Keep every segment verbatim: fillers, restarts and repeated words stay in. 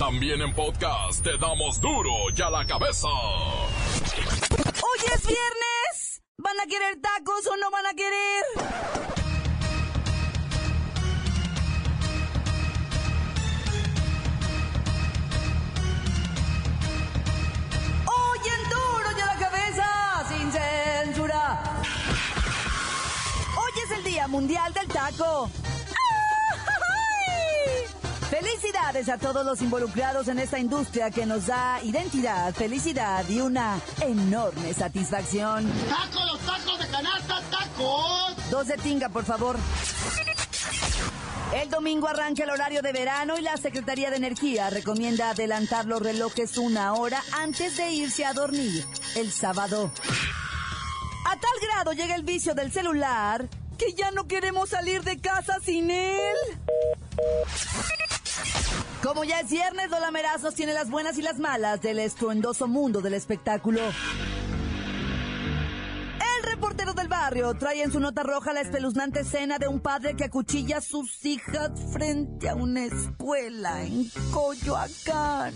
También en podcast te damos duro y a la cabeza. Hoy es viernes. ¿Van a querer tacos o no van a querer? Hoy en duro y a la cabeza, sin censura. Hoy es el Día Mundial del Taco. Felicidades a todos los involucrados en esta industria que nos da identidad, felicidad y una enorme satisfacción. ¡Tacos, los tacos de canasta, tacos! Dos de tinga, por favor. El domingo arranca el horario de verano y la Secretaría de Energía recomienda adelantar los relojes una hora antes de irse a dormir el sábado. A tal grado llega el vicio del celular que ya no queremos salir de casa sin él. Como ya es viernes, Lola Meraz nos tiene las buenas y las malas del estruendoso mundo del espectáculo. El reportero del barrio trae en su nota roja la espeluznante escena de un padre que acuchilla a sus hijas frente a una escuela en Coyoacán.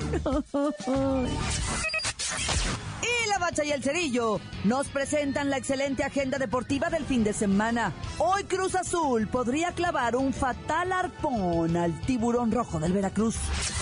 Y la Bacha y el Cerillo nos presentan la excelente agenda deportiva del fin de semana. Hoy Cruz Azul podría clavar un fatal arpón al tiburón rojo del Veracruz.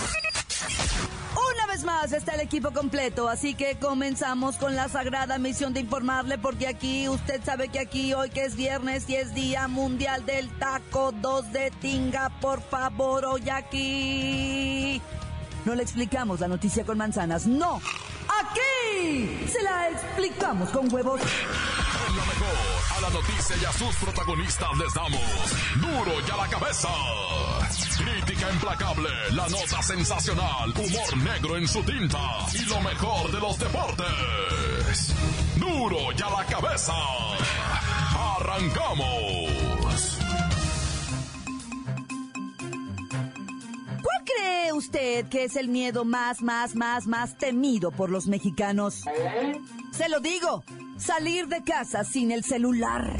Una vez más está el equipo completo, así que comenzamos con la sagrada misión de informarle, porque aquí, usted sabe que aquí, hoy que es viernes y es Día Mundial del Taco, dos de tinga, por favor, hoy aquí. No le explicamos la noticia con manzanas, no. Aquí se la explicamos con huevos. En la mejor, a la noticia y a sus protagonistas les damos duro y a la cabeza. Crítica implacable, la nota sensacional, humor negro en su tinta y lo mejor de los deportes. Duro y a la cabeza. ¡Arrancamos! ¿Cuál cree usted que es el miedo más, más, más, más temido por los mexicanos? Se lo digo, salir de casa sin el celular.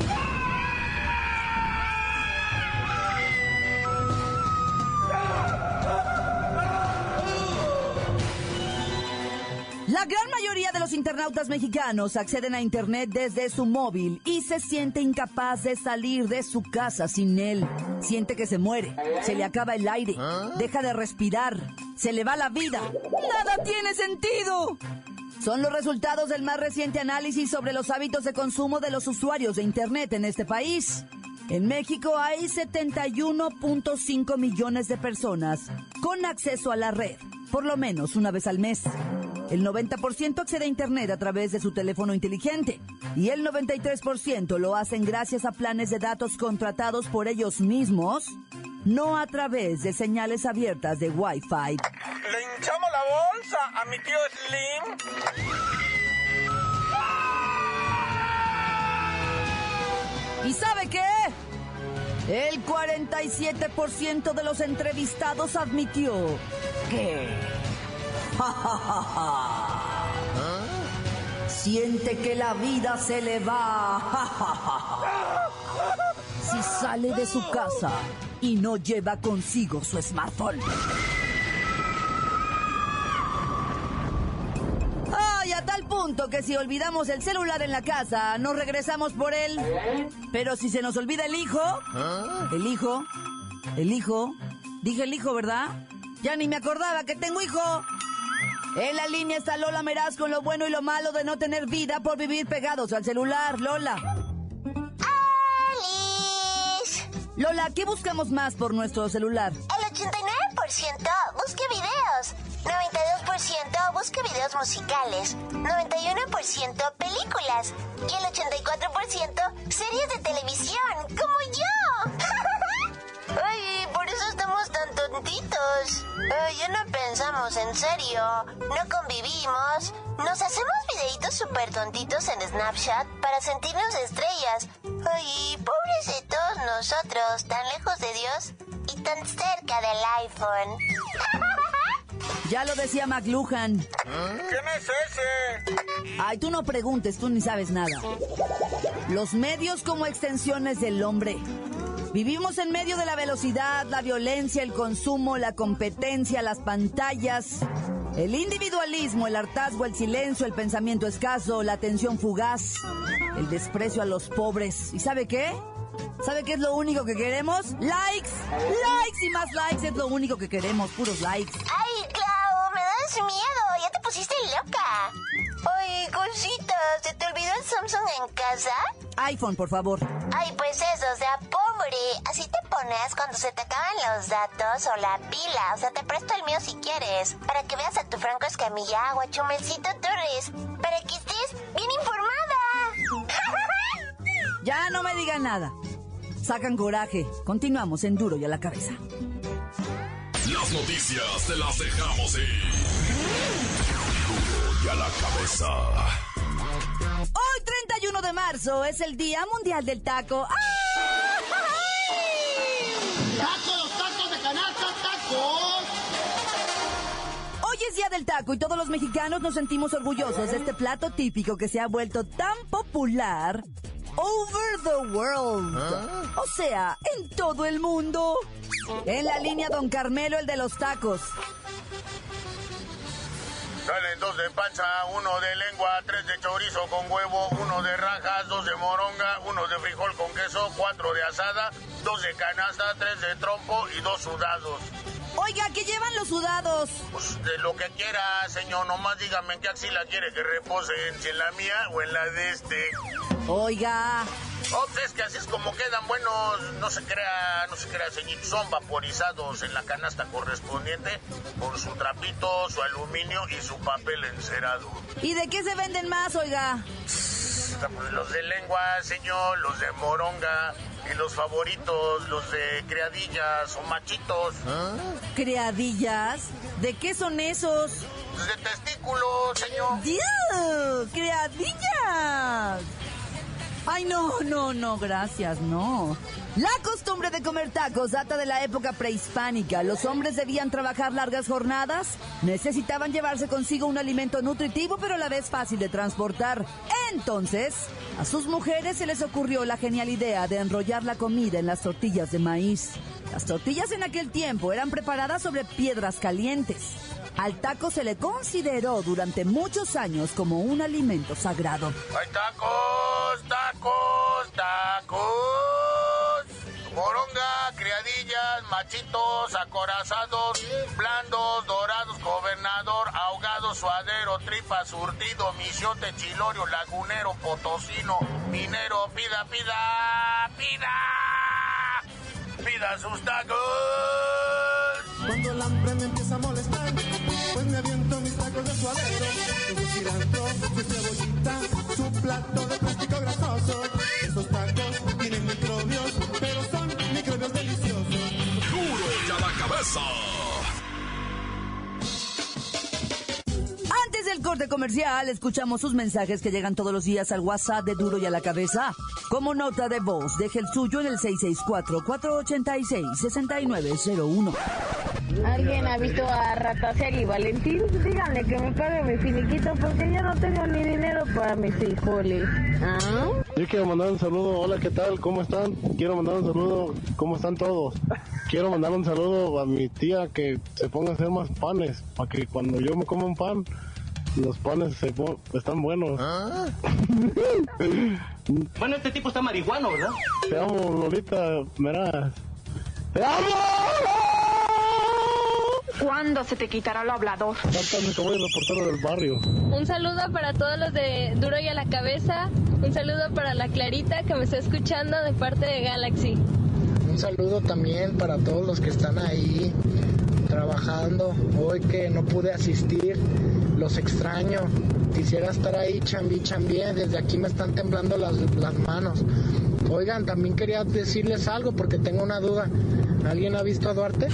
La gran mayoría de los internautas mexicanos acceden a internet desde su móvil y se siente incapaz de salir de su casa sin él. Siente que se muere, se le acaba el aire, deja de respirar, se le va la vida. ¡Nada tiene sentido! Son los resultados del más reciente análisis sobre los hábitos de consumo de los usuarios de internet en este país. En México hay setenta y uno punto cinco millones de personas con acceso a la red, por lo menos una vez al mes. El noventa por ciento accede a internet a través de su teléfono inteligente y el noventa y tres por ciento lo hacen gracias a planes de datos contratados por ellos mismos, no a través de señales abiertas de Wi-Fi. Le hinchamos la bolsa a mi tío Slim. ¿Y sabe qué? El cuarenta y siete por ciento de los entrevistados admitió que ja, ja, ja, ja. Siente que la vida se le va ja, ja, ja, ja. Si sale de su casa y no lleva consigo su smartphone. Ay, a tal punto que si olvidamos el celular en la casa, nos regresamos por él. Pero si se nos olvida el hijo, el hijo, el hijo, dije el hijo, ¿verdad? Ya ni me acordaba que tengo hijo. En la línea está Lola Meraz con lo bueno y lo malo de no tener vida por vivir pegados al celular. Lola. ¡Alice! Lola, ¿qué buscamos más por nuestro celular? El ochenta y nueve por ciento busca videos, noventa y dos por ciento busca videos musicales, noventa y uno por ciento películas y el ochenta y cuatro por ciento series de televisión, como yo. Ay, por eso estamos tan tontitos. Ay, ya no pensamos en serio, no convivimos, nos hacemos videitos súper tontitos en Snapchat para sentirnos estrellas. Ay, pobres de todos nosotros, tan lejos de Dios y tan cerca del iPhone. Ya lo decía McLuhan. ¿Quién es ese? Ay, tú no preguntes, tú ni sabes nada. Los medios como extensiones del hombre. Vivimos en medio de la velocidad, la violencia, el consumo, la competencia, las pantallas, el individualismo, el hartazgo, el silencio, el pensamiento escaso, la atención fugaz, el desprecio a los pobres. ¿Y sabe qué? ¿Sabe qué es lo único que queremos? ¡Likes! ¡Likes y más likes! Es lo único que queremos, puros likes. Ay, Clau, me das miedo. Ya te pusiste loca. Ay, cosita, ¿se te olvidó el Samsung en casa? iPhone, por favor. Ay, pues eso, o sea, pobre. Así te pones cuando se te acaban los datos o la pila. O sea, te presto el mío si quieres. Para que veas a tu Franco Escamilla o a Chumelcito Torres. Para que estés bien informada. Ya no me digan nada. Sacan coraje. Continuamos en Duro y a la Cabeza. Las noticias te las dejamos ir. Duro y a la Cabeza. Hoy, treinta y uno de marzo, es el Día Mundial del Taco. ¡Tacos, los tacos de canasta, tacos! Hoy es Día del Taco y todos los mexicanos nos sentimos orgullosos de este plato típico que se ha vuelto tan popular over the world. ¿Ah? O sea, en todo el mundo. En la línea Don Carmelo, el de los tacos. Salen dos de panza, uno de lengua, tres de chorizo con huevo, uno de rajas, dos de moronga, uno de frijol con queso, cuatro de asada, dos de canasta, tres de trompo y dos sudados. Oiga, ¿qué llevan los sudados? Pues de lo que quiera, señor, nomás dígame en qué axila quiere que reposen, si en la mía o en la de este. Oiga. Oh, pues es que así es como quedan buenos, no se crea, no se crea, señor, son vaporizados en la canasta correspondiente con su trapito, su aluminio y su papel encerado. ¿Y de qué se venden más, oiga? Pues los de lengua, señor, los de moronga y los favoritos, los de criadillas o machitos. ¿Ah? ¿Criadillas? ¿De qué son esos? Pues de testículos, señor. ¡Dios! ¡Criadillas! Ay, no, no, no, gracias, no. La costumbre de comer tacos data de la época prehispánica. Los hombres debían trabajar largas jornadas, necesitaban llevarse consigo un alimento nutritivo, pero a la vez fácil de transportar. Entonces, a sus mujeres se les ocurrió la genial idea de enrollar la comida en las tortillas de maíz. Las tortillas en aquel tiempo eran preparadas sobre piedras calientes. Al taco se le consideró durante muchos años como un alimento sagrado. ¡Hay tacos, tacos, tacos! Moronga, criadillas, machitos, acorazados, blandos, dorados, gobernador, ahogado, suadero, tripa, surtido, misiote, chilorio, lagunero, potosino, minero, pida, pida, pida, pida sus tacos. Cuando el hambre me empieza a molestar, pues me aviento mis tacos de suadero, su cilantro, su cebollita, su plato de plástico grasoso. Esos tacos tienen microbios, pero son microbios deliciosos. Duro y a la Cabeza. Antes del corte comercial, escuchamos sus mensajes que llegan todos los días al WhatsApp de Duro y a la Cabeza. Como nota de voz, deje el suyo en el seis seis cuatro, cuatro ocho seis, seis nueve cero uno. ¿Alguien ha visto a Ratacel y Valentín? Díganle que me pague mi finiquito porque yo no tengo ni dinero para mis frijoles. ¿Ah? Yo quiero mandar un saludo. Hola, ¿qué tal? ¿Cómo están? Quiero mandar un saludo. ¿Cómo están todos? Quiero mandar un saludo a mi tía que se ponga a hacer más panes para que cuando yo me coma un pan, los panes se pon- están buenos. ¿Ah? Bueno, este tipo está marihuano, ¿verdad? Te amo, Lolita, verás. ¡Te amo! ¿Cuándo se te quitará lo hablador? Cántame como el reportero del barrio. Un saludo para todos los de Duro y a la Cabeza. Un saludo para la Clarita que me está escuchando de parte de Galaxy. Un saludo también para todos los que están ahí trabajando. Hoy que no pude asistir, los extraño. Quisiera estar ahí chambi chambi. Desde aquí me están temblando las, las manos. Oigan, también quería decirles algo porque tengo una duda. ¿Alguien ha visto a Duarte?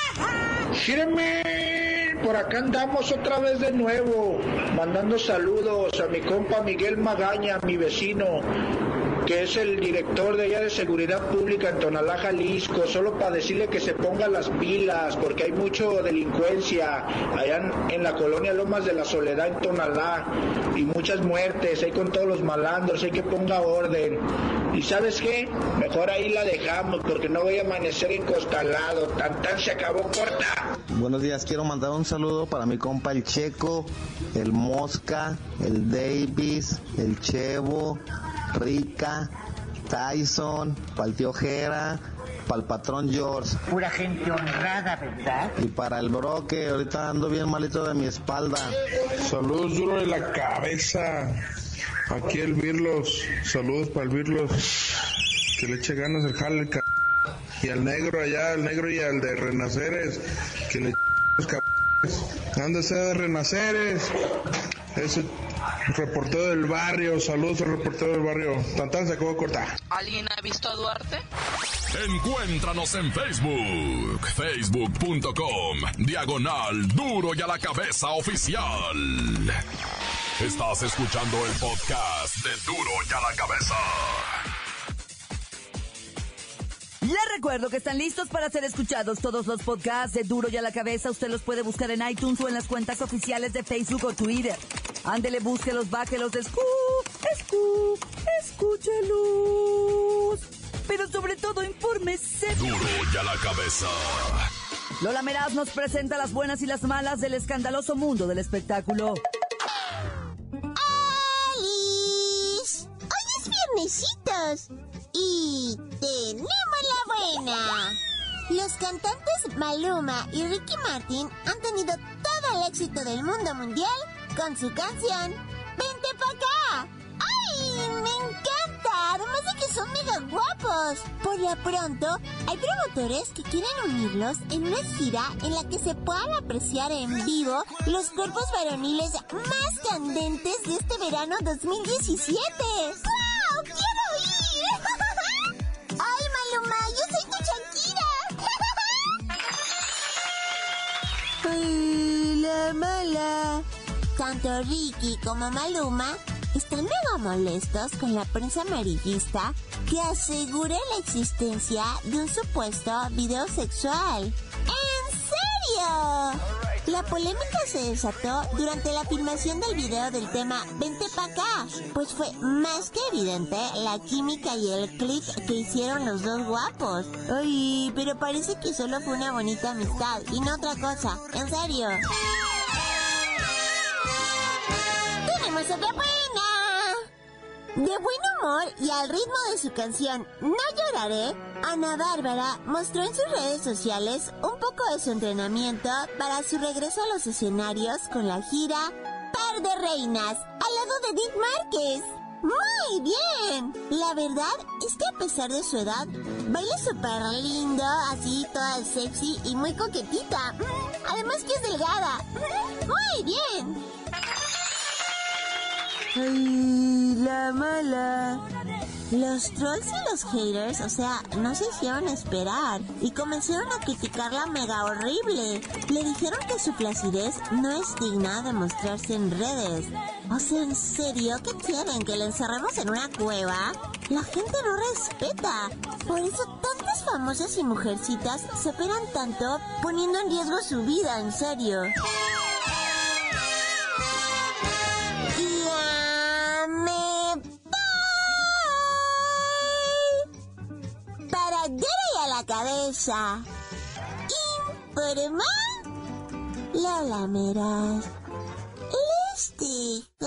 ¡Gíreme! Por acá andamos otra vez de nuevo, mandando saludos a mi compa Miguel Magaña, mi vecino. que es el director de allá de Seguridad Pública en Tonalá, Jalisco, solo para decirle que se ponga las pilas, porque hay mucho delincuencia allá en, en la colonia Lomas de la Soledad en Tonalá, y muchas muertes, ahí con todos los malandros, hay que ponga orden. ¿Y sabes qué? Mejor ahí la dejamos, porque no voy a amanecer encostalado. Tan tan se acabó, corta. Buenos días, quiero mandar un saludo para mi compa el Checo, el Mosca, el Davis, el Chevo, Rica, Tyson, para el tío Jera, para el patrón George. Pura gente honrada, ¿verdad? Y para el bro que ahorita ando bien malito de mi espalda. Saludos duro de la cabeza. Aquí el Virlos, saludos para el Virlos, que le eche ganas el jale, c... y al negro allá, al negro y al de Renaceres, que le eche los c... ándese de Renaceres, ese reportero del barrio, saludos al reportero del barrio, Tantán se acabó de cortar. ¿Alguien ha visto a Duarte? Encuéntranos en Facebook, facebook punto com, diagonal Duro y a la Cabeza Oficial. Estás escuchando el podcast de Duro y a la Cabeza. Les recuerdo que están listos para ser escuchados todos los podcasts de Duro y a la Cabeza. Usted los puede buscar en iTunes o en las cuentas oficiales de Facebook o Twitter. Ándele, búsquelos, bájelos, escú, escú, escúchelos. Pero sobre todo, infórmese. Duro y a la Cabeza. Lola Meraz nos presenta las buenas y las malas del escandaloso mundo del espectáculo. ¡Alice! Hoy es viernesitos y tenemos la buena. Los cantantes Maluma y Ricky Martin han tenido todo el éxito del mundo mundial con su canción Vente pa' acá. ¡Ay, me encanta! Además de que son mega guapos. Por lo pronto, hay promotores que quieren unirlos en una gira en la que se puedan apreciar en vivo los cuerpos varoniles más candentes de este verano dos mil diecisiete. ¡Wow! ¡Quiero ir! ¡Ay, Maluma! ¡Yo soy tu Shakira! ¡Ay, la mala! Tanto Ricky como Maluma están mega molestos con la prensa amarillista que asegura la existencia de un supuesto video sexual. ¡En serio! La polémica se desató durante la filmación del video del tema Vente pa' acá, pues fue más que evidente la química y el click que hicieron los dos guapos. Ay, pero parece que solo fue una bonita amistad y no otra cosa. En serio. ¡Tenemos otra buena! De buen humor y al ritmo de su canción No lloraré, Ana Bárbara mostró en sus redes sociales un poco de su entrenamiento para su regreso a los escenarios con la gira Par de Reinas, al lado de Edith Márquez. ¡Muy bien! La verdad es que a pesar de su edad, baila súper lindo, así toda sexy y muy coquetita. Además que es delgada. ¡Muy bien! ¡Ay, la mala! Los trolls y los haters, o sea, no se hicieron esperar y comenzaron a criticarla mega horrible. Le dijeron que su placidez no es digna de mostrarse en redes. O sea, ¿en serio? ¿Qué quieren? ¿Que la encerremos en una cueva? La gente no respeta. Por eso tantas famosas y mujercitas se operan tanto poniendo en riesgo su vida, en serio. Cabeza. Informa Lola Meraz. Les digo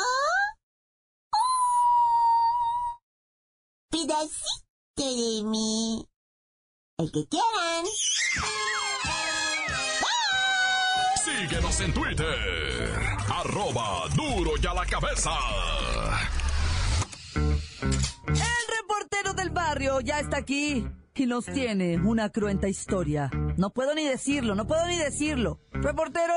un pedacito de mí. El que quieran. Síguenos en Twitter. Arroba Duro y a la Cabeza. El reportero del barrio ya está aquí. Y nos tiene una cruenta historia. No puedo ni decirlo, no puedo ni decirlo. ¡Reportero!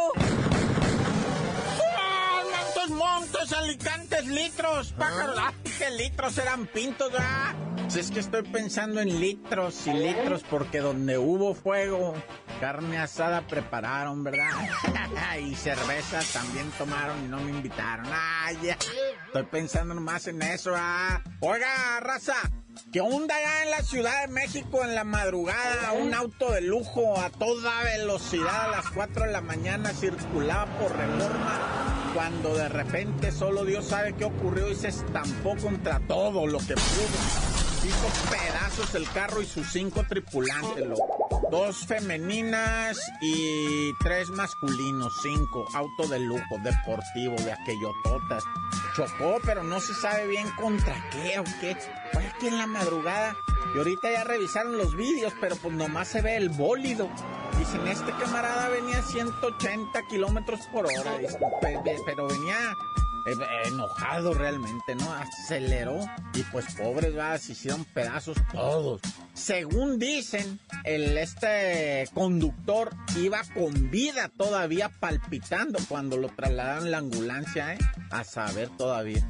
¡Montes, montes, alicantes, litros, pájaros! ¡Ah, qué litros eran pintos, ah! Si es que estoy pensando en litros y litros, porque donde hubo fuego, carne asada prepararon, ¿verdad? Y cerveza también tomaron y no me invitaron. ¡Ay, ya! Estoy pensando nomás en eso, ah. Oiga, raza, ¿qué onda allá en la Ciudad de México en la madrugada? Un auto de lujo a toda velocidad a las cuatro de la mañana circulaba por Reforma, cuando de repente solo Dios sabe qué ocurrió y se estampó contra todo lo que pudo. Hizo pedazos el carro y sus cinco tripulantes, loco. Dos femeninas y tres masculinos, cinco. Auto de lujo, deportivo, de aquellototas. Chocó, pero no se sabe bien contra qué o qué. Fue aquí en la madrugada. Y ahorita ya revisaron los vídeos, pero pues nomás se ve el bólido. Dicen, este camarada venía a ciento ochenta kilómetros por hora. Dicen, pero venía... enojado realmente, ¿no? Aceleró y pues pobres, va, se hicieron pedazos todos. Según dicen, el este conductor iba con vida todavía, palpitando cuando lo trasladaron a la ambulancia, ¿eh? A saber todavía.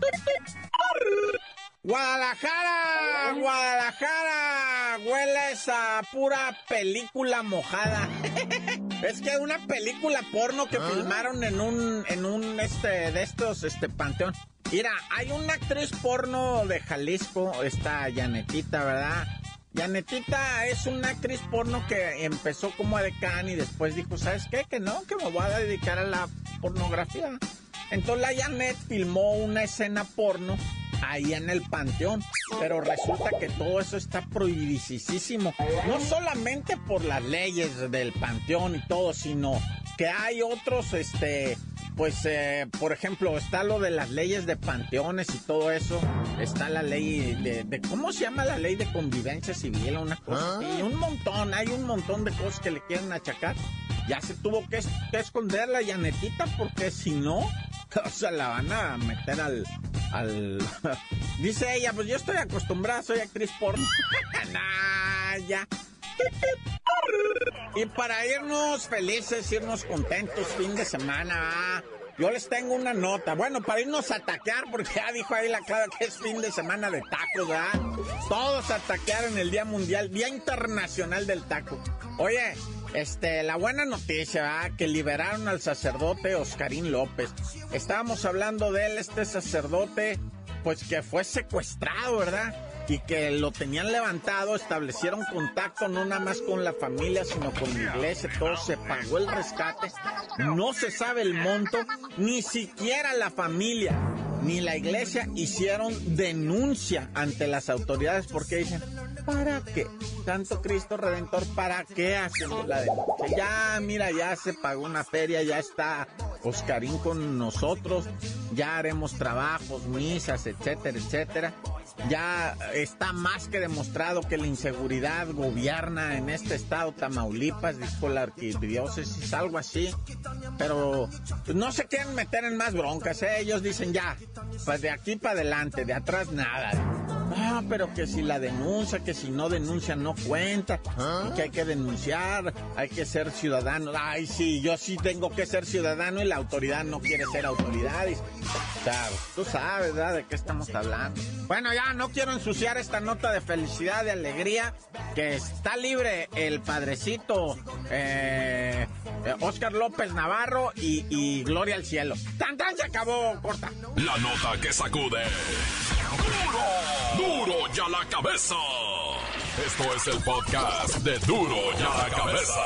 Guadalajara, Guadalajara, hueles a pura película mojada. Es que una película porno que ¿Ah? filmaron en un, en un, este, de estos, este, panteón. Mira, hay una actriz porno de Jalisco, esta Janetita, ¿verdad? Janetita es una actriz porno que empezó como edecán y después dijo, ¿sabes qué? Que no, que me voy a dedicar a la pornografía. Entonces la Janet filmó una escena porno ahí en el panteón, pero resulta que todo eso está prohibidísimo, no solamente por las leyes del panteón y todo, sino que hay otros, este, pues, eh, por ejemplo, está lo de las leyes de panteones y todo eso, está la ley de, de ¿cómo se llama? La ley de convivencia civil o una cosa así, y un montón, hay un montón de cosas que le quieren achacar. Ya se tuvo que, que esconder la Janetita porque si no, o sea, la van a meter al... al dice ella, pues yo estoy acostumbrada, soy actriz porno. Nah, ya. Y para irnos felices, irnos contentos, fin de semana, yo les tengo una nota. Bueno, para irnos a taquear, porque ya dijo ahí la Clara que es fin de semana de tacos, ¿verdad? Todos a taquear en el Día Mundial, Día Internacional del Taco. Oye, este, la buena noticia, ¿verdad? Que liberaron al sacerdote Oscarín López. Estábamos hablando de él, este sacerdote, pues que fue secuestrado, ¿verdad? Y que lo tenían levantado, establecieron contacto no nada más con la familia, sino con la iglesia, todo se pagó el rescate, no se sabe el monto, ni siquiera la familia ni la iglesia hicieron denuncia ante las autoridades porque dicen, ¿para qué? Santo Cristo Redentor, ¿para qué haciendo la denuncia? Ya, mira, ya se pagó una feria, ya está Oscarín con nosotros, ya haremos trabajos, misas, etcétera, etcétera. Ya está más que demostrado que la inseguridad gobierna en este estado, Tamaulipas, dijo la arquidiócesis, algo así. Pero no se quieren meter en más broncas, ¿eh? Ellos dicen ya, pues de aquí para adelante, de atrás nada. Ah, pero que si la denuncia, que si no denuncia no cuenta, ¿Ah? Y que hay que denunciar, hay que ser ciudadano. Ay, sí, yo sí tengo que ser ciudadano y la autoridad no quiere ser autoridad. Y, claro, tú sabes, ¿verdad? De qué estamos hablando. Bueno, ya no quiero ensuciar esta nota de felicidad, de alegría, que está libre el padrecito eh, Óscar López Navarro y, y gloria al cielo. ¡Tan, tan! Se acabó, corta. La nota que sacude. ¡Duro! ¡Duro ya la cabeza! Esto es el podcast de Duro ya la cabeza.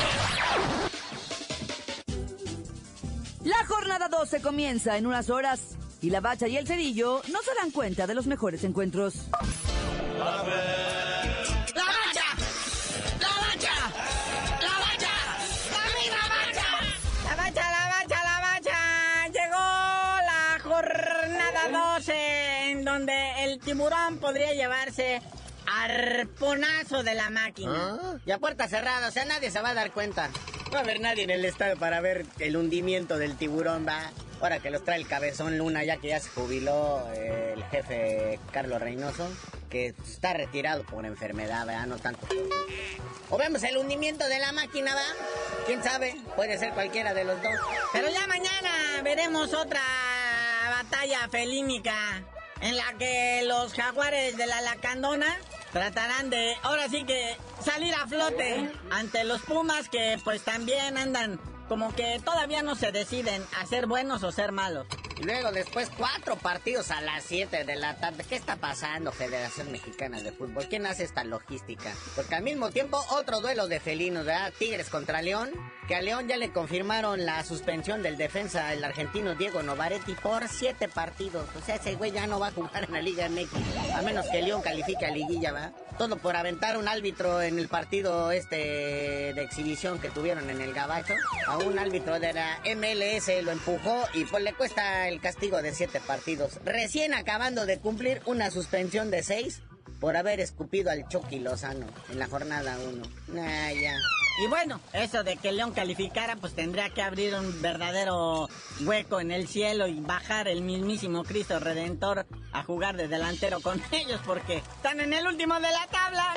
La jornada doce comienza en unas horas y la Bacha y el Cerillo no se dan cuenta de los mejores encuentros. ¡La Bacha! ¡La Bacha! ¡La Bacha! ¡La Bacha! ¡La Bacha, la Bacha, la Bacha! Llegó la jornada doce en donde el tiburón podría llevarse arponazo de la máquina. ¿Ah? Y a puerta cerrada, o sea, nadie se va a dar cuenta. No va a haber nadie en el estadio para ver el hundimiento del tiburón, va. Ahora que los trae el Cabezón Luna, ya que ya se jubiló eh, el jefe Carlos Reynoso, que está retirado por enfermedad, ¿verdad? No tanto. O vemos el hundimiento de la máquina, ¿va? ¿Quién sabe? Puede ser cualquiera de los dos. Pero ya mañana veremos otra batalla felínica en la que los jaguares de la Lacandona tratarán de, ahora sí que, salir a flote ante los Pumas, que pues también andan como que todavía no se deciden a ser buenos o ser malos. Y luego después cuatro partidos a las siete de la tarde. ¿Qué está pasando, Federación Mexicana de Fútbol? ¿Quién hace esta logística? Porque al mismo tiempo otro duelo de felinos, ¿verdad? Tigres contra León, que a León ya le confirmaron la suspensión del defensa, el argentino Diego Novaretti, por siete partidos. O sea, ese güey ya no va a jugar en la Liga M X, a menos que León califique a liguilla, ¿va? Todo por aventar un árbitro en el partido este de exhibición que tuvieron en el Gabacho. A un árbitro de la M L S lo empujó y pues le cuesta el castigo de siete partidos. Recién acabando de cumplir una suspensión de seis por haber escupido al Chucky Lozano en la jornada uno. Nah, ya. Y bueno, eso de que León calificara, pues tendría que abrir un verdadero hueco en el cielo y bajar el mismísimo Cristo Redentor a jugar de delantero con ellos, porque están en el último de la tabla.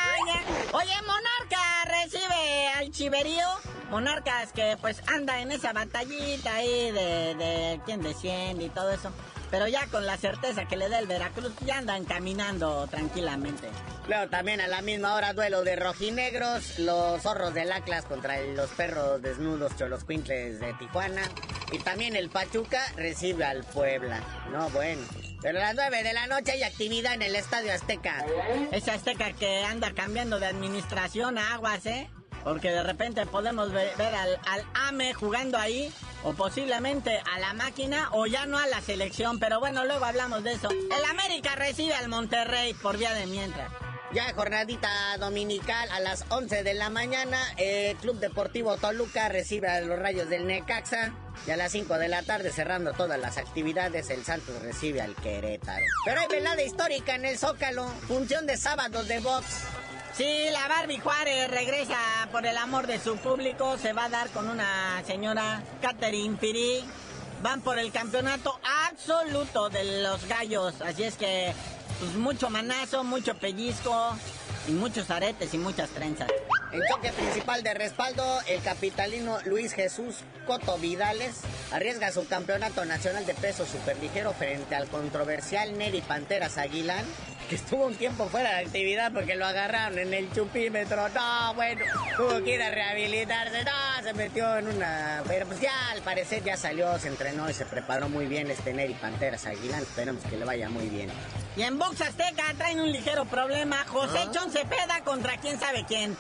Oye, Monarca recibe al Chiverío. Monarcas que pues anda en esa batallita ahí de, de quién desciende y todo eso. Pero ya con la certeza que le da el Veracruz, ya andan caminando tranquilamente. Luego también a la misma hora duelo de rojinegros, los zorros del Atlas contra los perros desnudos choloscuintles de Tijuana. Y también el Pachuca recibe al Puebla. No, bueno. Pero a las nueve de la noche hay actividad en el Estadio Azteca. Esa Azteca que anda cambiando de administración a aguas, ¿eh? Porque de repente podemos ver, ver al, al A M E jugando ahí, o posiblemente a la máquina, o ya no a la selección. Pero bueno, luego hablamos de eso. El América recibe al Monterrey por vía de mientras. Ya jornadita dominical a las once de la mañana, el Club Deportivo Toluca recibe a los Rayos del Necaxa. Y a las cinco de la tarde, cerrando todas las actividades, el Santos recibe al Querétaro. Pero hay velada histórica en el Zócalo, función de sábados de box. Sí, la Barbie Juárez regresa por el amor de su público. Se va a dar con una señora, Catherine Pirí. Van por el campeonato absoluto de los gallos. Así es que, pues mucho manazo, mucho pellizco, y muchos aretes y muchas trenzas. En choque principal de respaldo, el capitalino Luis Jesús Coto Vidales arriesga su campeonato nacional de peso superligero frente al controversial Neri Panteras Aguilán, que estuvo un tiempo fuera de actividad porque lo agarraron en el chupímetro. No, bueno, tuvo que ir a rehabilitarse. No, se metió en una... Pero pues ya, al parecer, ya salió, se entrenó y se preparó muy bien este Neri Panteras Aguilán. Esperemos que le vaya muy bien. Y en Box Azteca traen un ligero problema. José ¿Ah? Chon Cepeda contra quién sabe quién.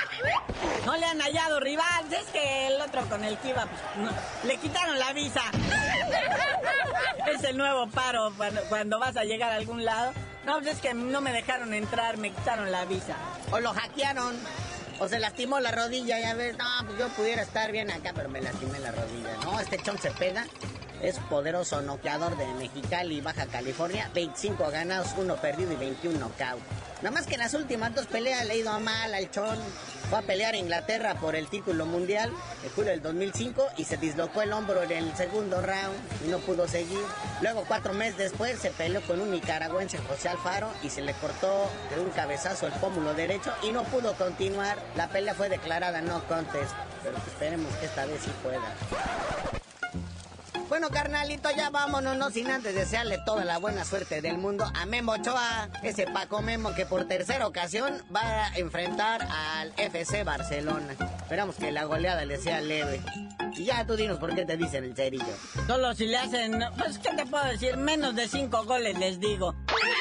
No le han hallado rival. Es que el otro con el que iba, pues, no, le quitaron la visa. Es el nuevo paro cuando, cuando vas a llegar a algún lado. No, pues es que no me dejaron entrar, me quitaron la visa. O lo hackearon, o se lastimó la rodilla, ya ves. No, pues yo pudiera estar bien acá, pero me lastimé la rodilla. No, este Chon Cepeda es poderoso noqueador de Mexicali, Baja California. veinticinco ganados, uno perdido y veintiuno knockout. Nada más que en las últimas dos peleas le ha ido a mal al Chon. Fue a pelear a Inglaterra por el título mundial en julio del dos mil cinco y se dislocó el hombro en el segundo round y no pudo seguir. Luego, cuatro meses después, se peleó con un nicaragüense, José Alfaro, y se le cortó de un cabezazo el pómulo derecho y no pudo continuar. La pelea fue declarada no contest, pero esperemos que esta vez sí pueda. Bueno, carnalito, ya vámonos, no sin antes desearle toda la buena suerte del mundo a Memo Ochoa, ese Paco Memo que por tercera ocasión va a enfrentar al F C Barcelona. Esperamos que la goleada le sea leve. Y ya tú dinos por qué te dicen el cerillo. Solo si le hacen, pues, ¿qué te puedo decir? Menos de cinco goles les digo.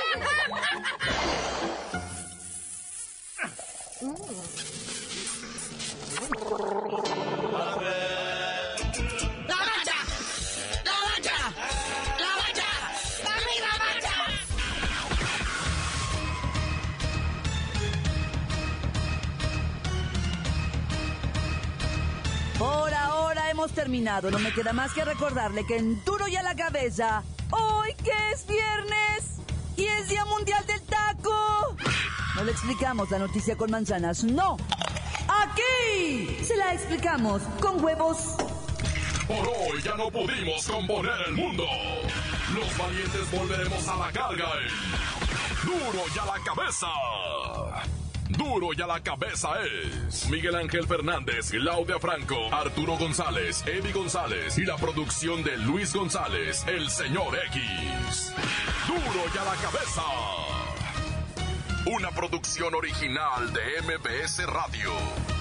Por ahora hemos terminado. No me queda más que recordarle que en Duro y a la Cabeza, hoy que es viernes y es Día Mundial del Taco, no le explicamos la noticia con manzanas, no. Aquí se la explicamos con huevos. Por hoy ya no pudimos componer el mundo. Los valientes volveremos a la carga en Duro y a la Cabeza. Duro y a la Cabeza es Miguel Ángel Fernández, Claudia Franco, Arturo González, Eddie González y la producción de Luis González, el señor X. Duro y a la Cabeza. Una producción original de M B S Radio.